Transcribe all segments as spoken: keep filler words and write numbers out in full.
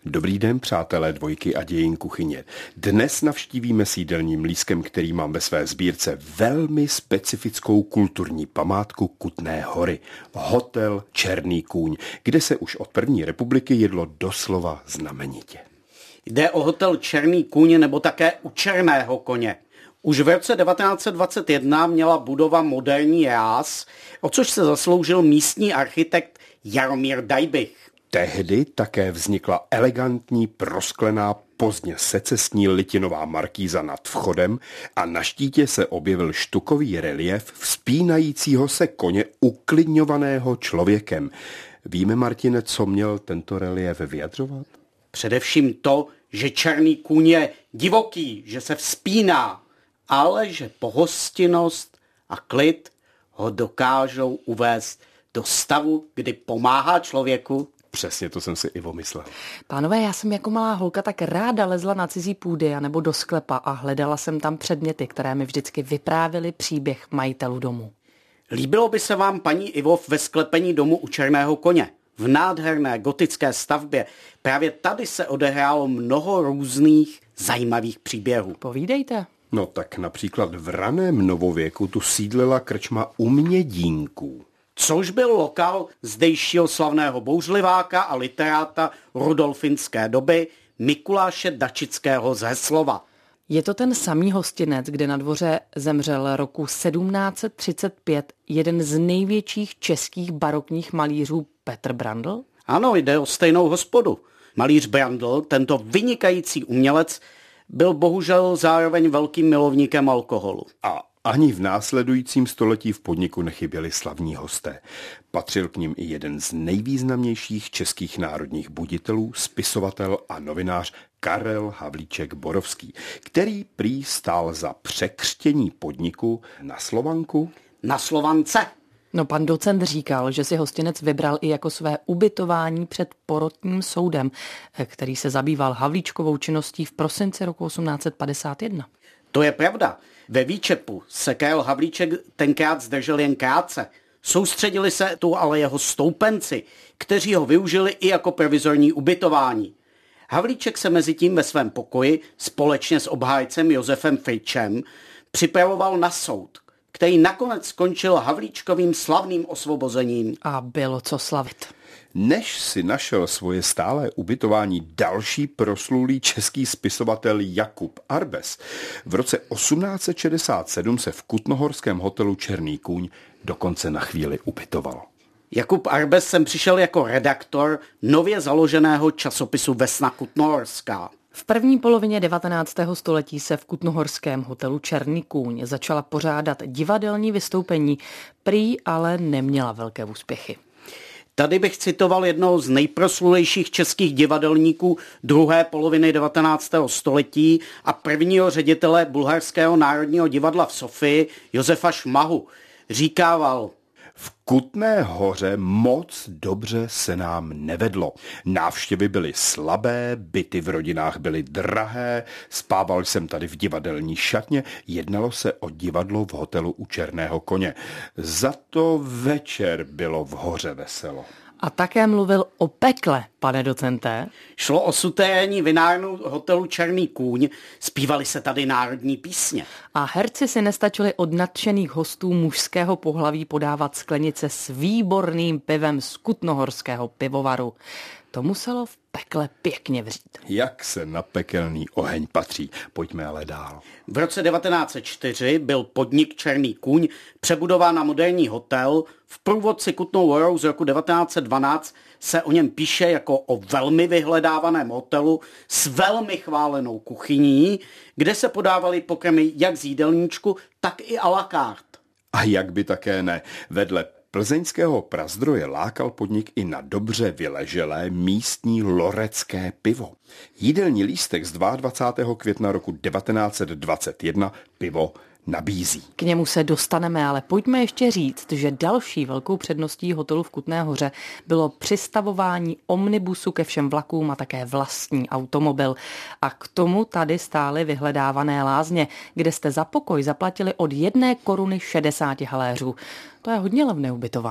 Dobrý den, přátelé Dvojky a dějin kuchyně. Dnes navštívíme s jídelním lístkem, který mám ve své sbírce, velmi specifickou kulturní památku Kutné Hory. Hotel Černý kůň, kde se už od první republiky jedlo doslova znamenitě. Jde o hotel Černý kůň nebo také u Černého koně. Už v roce devatenáct set dvacet jedna měla budova moderní ráz, o což se zasloužil místní architekt Jaromír Dajbich. Tehdy také vznikla elegantní prosklená pozdně secesní litinová markýza nad vchodem a na štítě se objevil štukový reliéf vzpínajícího se koně uklidňovaného člověkem. Víme, Martine, co měl tento reliéf vyjadřovat? Především to, že Černý kůň je divoký, že se vzpíná, ale že pohostinnost a klid ho dokážou uvést do stavu, kdy pomáhá člověku. Přesně to jsem si i pomyslel. Pánové, já jsem jako malá holka tak ráda lezla na cizí půdy anebo do sklepa a hledala jsem tam předměty, které mi vždycky vyprávěly příběh majitelů domu. Líbilo by se vám, paní Ivo, ve sklepení domu u Černého koně. V nádherné gotické stavbě. Právě tady se odehrálo mnoho různých zajímavých příběhů. Povídejte. No tak například v raném novověku tu sídlila krčma u Mědínků. Což byl lokál zdejšího slavného bouřliváka a literáta rudolfinské doby Mikuláše Dačického z Heslova. Je to ten samý hostinec, kde na dvoře zemřel roku sedmnáct set třicet pět jeden z největších českých barokních malířů Petr Brandl? Ano, jde o stejnou hospodu. Malíř Brandl, tento vynikající umělec, byl bohužel zároveň velkým milovníkem alkoholu. A ani v následujícím století v podniku nechyběli slavní hosté. Patřil k nim i jeden z nejvýznamnějších českých národních buditelů, spisovatel a novinář Karel Havlíček Borovský, který prý stál za překřtění podniku na Slovanku. Na Slovance. No, pan docent říkal, že si hostinec vybral i jako své ubytování před porotním soudem, který se zabýval Havlíčkovou činností v prosinci roku osmnáct set padesát jedna. To je pravda. Ve Výčepu se Karel Havlíček tenkrát zdržel jen krátce. Soustředili se tu ale jeho stoupenci, kteří ho využili i jako provizorní ubytování. Havlíček se mezi tím ve svém pokoji společně s obhájcem Josefem Fričem připravoval na soud, který nakonec skončil Havlíčkovým slavným osvobozením. A bylo co slavit. Než si našel svoje stálé ubytování další proslulý český spisovatel Jakub Arbes, v roce osmnáct set šedesát sedm se v kutnohorském hotelu Černý kůň dokonce na chvíli ubytoval. Jakub Arbes sem přišel jako redaktor nově založeného časopisu Vesna Kutnohorská. V první polovině devatenáctého století se v kutnohorském hotelu Černý kůň začala pořádat divadelní vystoupení, prý ale neměla velké úspěchy. Tady bych citoval jednoho z nejproslulejších českých divadelníků druhé poloviny devatenáctého století a prvního ředitele Bulharského národního divadla v Sofii, Josefa Šmahu. Říkával: v Kutné Hoře moc dobře se nám nevedlo. Návštěvy byly slabé, byty v rodinách byly drahé, spával jsem tady v divadelní šatně, jednalo se o divadlo v hotelu u Černého koně. Za to večer bylo v hoře veselo. A také mluvil o pekle, pane docenté. Šlo o suterénní vinárnu hotelu Černý kůň, zpívali se tady národní písně. A herci si nestačili od nadšených hostů mužského pohlaví podávat sklenice s výborným pivem z kutnohorského pivovaru. To muselo v pekle pěkně vřít. Jak se na pekelný oheň patří. Pojďme ale dál. V roce devatenáct set čtyři byl podnik Černý kůň přebudován na moderní hotel. V průvodci Kutnou Horou z roku devatenáct set dvanáct se o něm píše jako o velmi vyhledávaném hotelu s velmi chválenou kuchyní, kde se podávaly pokrmy jak z jídelníčku, tak i à la carte. A jak by také ne. Vedle plzeňského Prazdroje lákal podnik i na dobře vyleželé místní lorecké pivo. Jídelní lístek z dvacátého druhého května roku devatenáct set dvacet jedna pivo nabízí. K němu se dostaneme, ale pojďme ještě říct, že další velkou předností hotelu v Kutné Hoře bylo přistavování omnibusu ke všem vlakům a také vlastní automobil. A k tomu tady stály vyhledávané lázně, kde jste za pokoj zaplatili od jedné koruny šedesáti haléřů. To je hodně levné ubytování.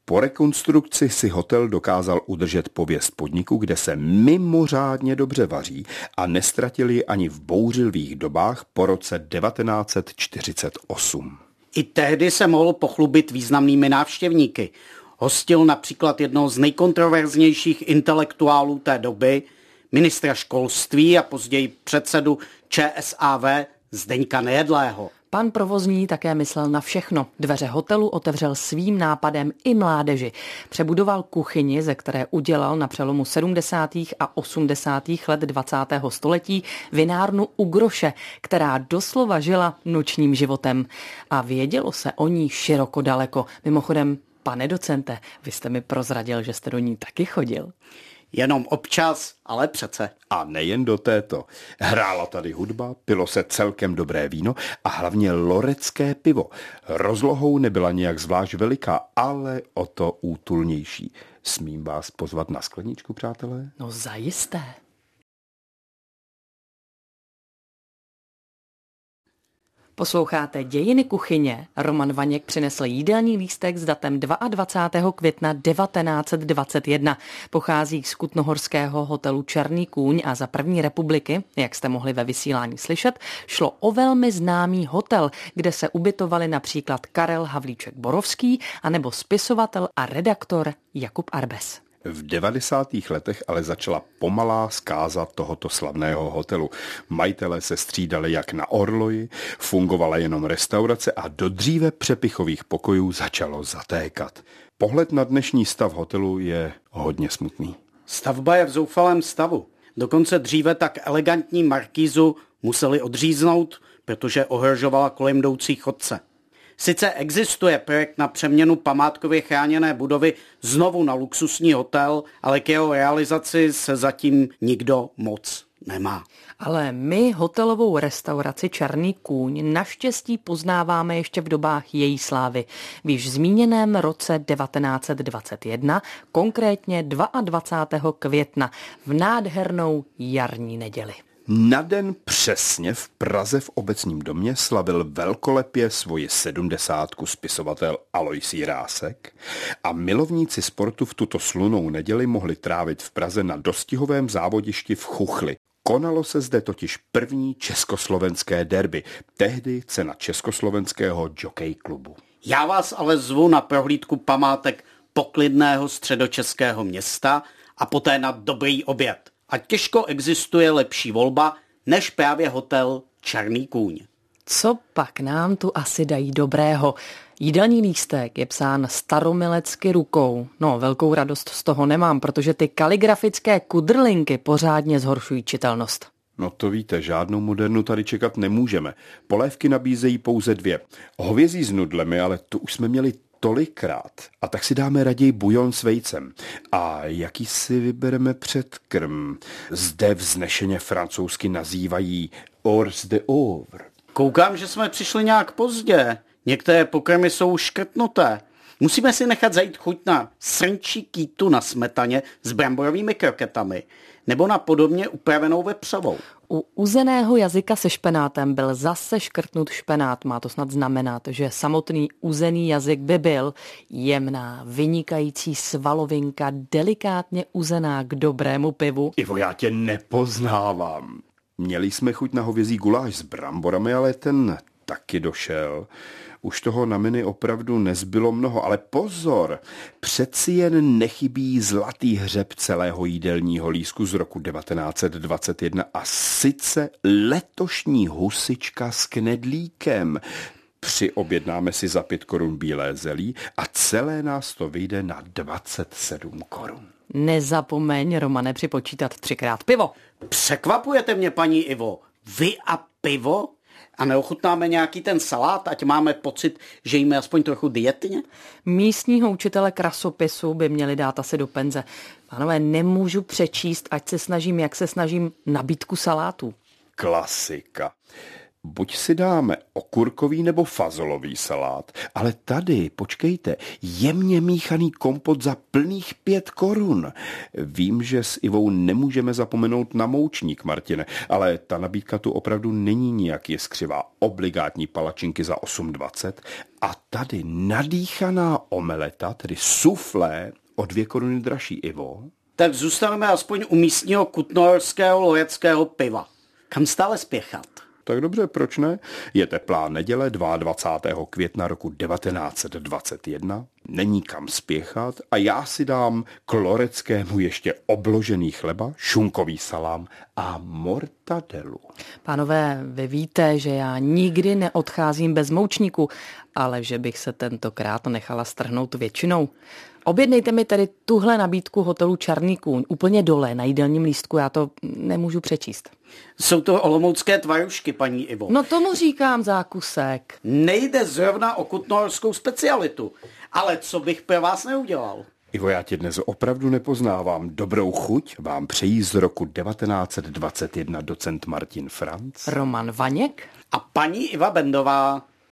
Po rekonstrukci si hotel dokázal udržet pověst podniku, kde se mimořádně dobře vaří a nestratili ani v bouřlivých dobách po roce devatenáct set čtyřicet osm. I tehdy se mohl pochlubit významnými návštěvníky. Hostil například jednoho z nejkontroverznějších intelektuálů té doby, ministra školství a později předsedu Č S A V Zdeňka Nejedlého. Pan provozní také myslel na všechno. Dveře hotelu otevřel svým nápadem i mládeži. Přebudoval kuchyni, ze které udělal na přelomu sedmdesátých a osmdesátých let dvacátého století vinárnu u Groše, která doslova žila nočním životem. A vědělo se o ní široko daleko. Mimochodem, pane docente, vy jste mi prozradil, že jste do ní taky chodil. Jenom občas, ale přece. A nejen do této. Hrála tady hudba, pilo se celkem dobré víno a hlavně lorecké pivo. Rozlohou nebyla nějak zvlášť veliká, ale o to útulnější. Smím vás pozvat na skleničku, přátelé? No zajisté. Posloucháte Dějiny kuchyně. Roman Vaněk přinesl jídelní lístek s datem dvacátého druhého května devatenáct set dvacet jedna. Pochází z kutnohorského hotelu Černý kůň a za první republiky, jak jste mohli ve vysílání slyšet, šlo o velmi známý hotel, kde se ubytovali například Karel Havlíček Borovský anebo spisovatel a redaktor Jakub Arbes. V devadesátých letech ale začala pomalá zkáza tohoto slavného hotelu. Majitelé se střídali jak na orloji, fungovala jenom restaurace a do dříve přepichových pokojů začalo zatékat. Pohled na dnešní stav hotelu je hodně smutný. Stavba je v zoufalém stavu. Dokonce dříve tak elegantní markízu museli odříznout, protože ohrožovala kolem jdoucí chodce. Sice existuje projekt na přeměnu památkově chráněné budovy znovu na luxusní hotel, ale k jeho realizaci se zatím nikdo moc nemá. Ale my hotelovou restauraci Černý kůň naštěstí poznáváme ještě v dobách její slávy. V již zmíněném roce devatenáct set dvacet jedna, konkrétně dvacátého druhého května, v nádhernou jarní neděli. Na den přesně v Praze v Obecním domě slavil velkolepě svoji sedmdesátku spisovatel Alois Jirásek a milovníci sportu v tuto slunnou neděli mohli trávit v Praze na dostihovém závodišti v Chuchli. Konalo se zde totiž první československé derby, tehdy cena československého jockey klubu. Já vás ale zvu na prohlídku památek poklidného středočeského města a poté na dobrý oběd. A těžko existuje lepší volba než právě hotel Černý kůň. Co pak nám tu asi dají dobrého? Jídelní lístek je psán staromilecky rukou. No, velkou radost z toho nemám, protože ty kaligrafické kudrlinky pořádně zhoršují čitelnost. No to víte, žádnou modernu tady čekat nemůžeme. Polévky nabízejí pouze dvě. Hovězí s nudlemi, ale tu už jsme měli tolikrát. A tak si dáme raději bujon s vejcem. A jaký si vybereme předkrm? Zde vznešeně francouzsky nazývají hors d'oeuvre. Koukám, že jsme přišli nějak pozdě. Některé pokrmy jsou škrtnuté. Musíme si nechat zajít chuť na srnčí kýtu na smetaně s bramborovými kroketami nebo na podobně upravenou vepřovou. U uzeného jazyka se špenátem byl zase škrtnut špenát. Má to snad znamenat, že samotný uzený jazyk by byl jemná, vynikající svalovinka, delikátně uzená k dobrému pivu. Ivo, já tě nepoznávám. Měli jsme chuť na hovězí guláš s bramborami, ale ten taky došel. Už toho na menu opravdu nezbylo mnoho, ale pozor, přeci jen nechybí zlatý hřeb celého jídelního lístku z roku devatenáct set dvacet jedna a sice letošní husička s knedlíkem. Přiobjednáme si za pět korun bílé zelí a celé nás to vyjde na dvacet sedm korun. Nezapomeň, Romane, připočítat třikrát pivo. Překvapujete mě, paní Ivo. Vy a pivo? A neochutnáme nějaký ten salát, ať máme pocit, že jíme aspoň trochu dietně? Místního učitele krasopisu by měli dát asi do penze. Pánové, nemůžu přečíst, ať se snažím, jak se snažím, nabídku salátů. Klasika. Buď si dáme okurkový nebo fazolový salát, ale tady, počkejte, jemně míchaný kompot za plných pět korun. Vím, že s Ivou nemůžeme zapomenout na moučník, Martine, ale ta nabídka tu opravdu není nijak jiskřivá. Obligátní palačinky za osm dvacet a tady nadýchaná omeleta, tedy suflé, o dvě koruny dražší, Ivo. Tak zůstaneme aspoň u místního kutnohorského loveckého piva. Kam stále spěchat? Tak dobře, proč ne? Je teplá neděle dvacátého druhého května roku devatenáct set dvacet jedna, není kam spěchat a já si dám k loreckému ještě obložený chleba, šunkový salám a mortadelu. Pánové, vy víte, že já nikdy neodcházím bez moučníku, ale že bych se tentokrát nechala strhnout většinou. Objednejte mi tedy tuhle nabídku hotelu Čarný kůň úplně dole na jídelním lístku, já to nemůžu přečíst. Jsou to olomoucké tvarušky, paní Ivo. No tomu říkám zákusek. Nejde zrovna o kutnohorskou specialitu, ale co bych pro vás neudělal? Ivo, já tě dnes opravdu nepoznávám. Dobrou chuť vám přejí z roku devatenáct set dvacet jedna docent Martin Franc, Roman Vaněk a paní Iva Bendová.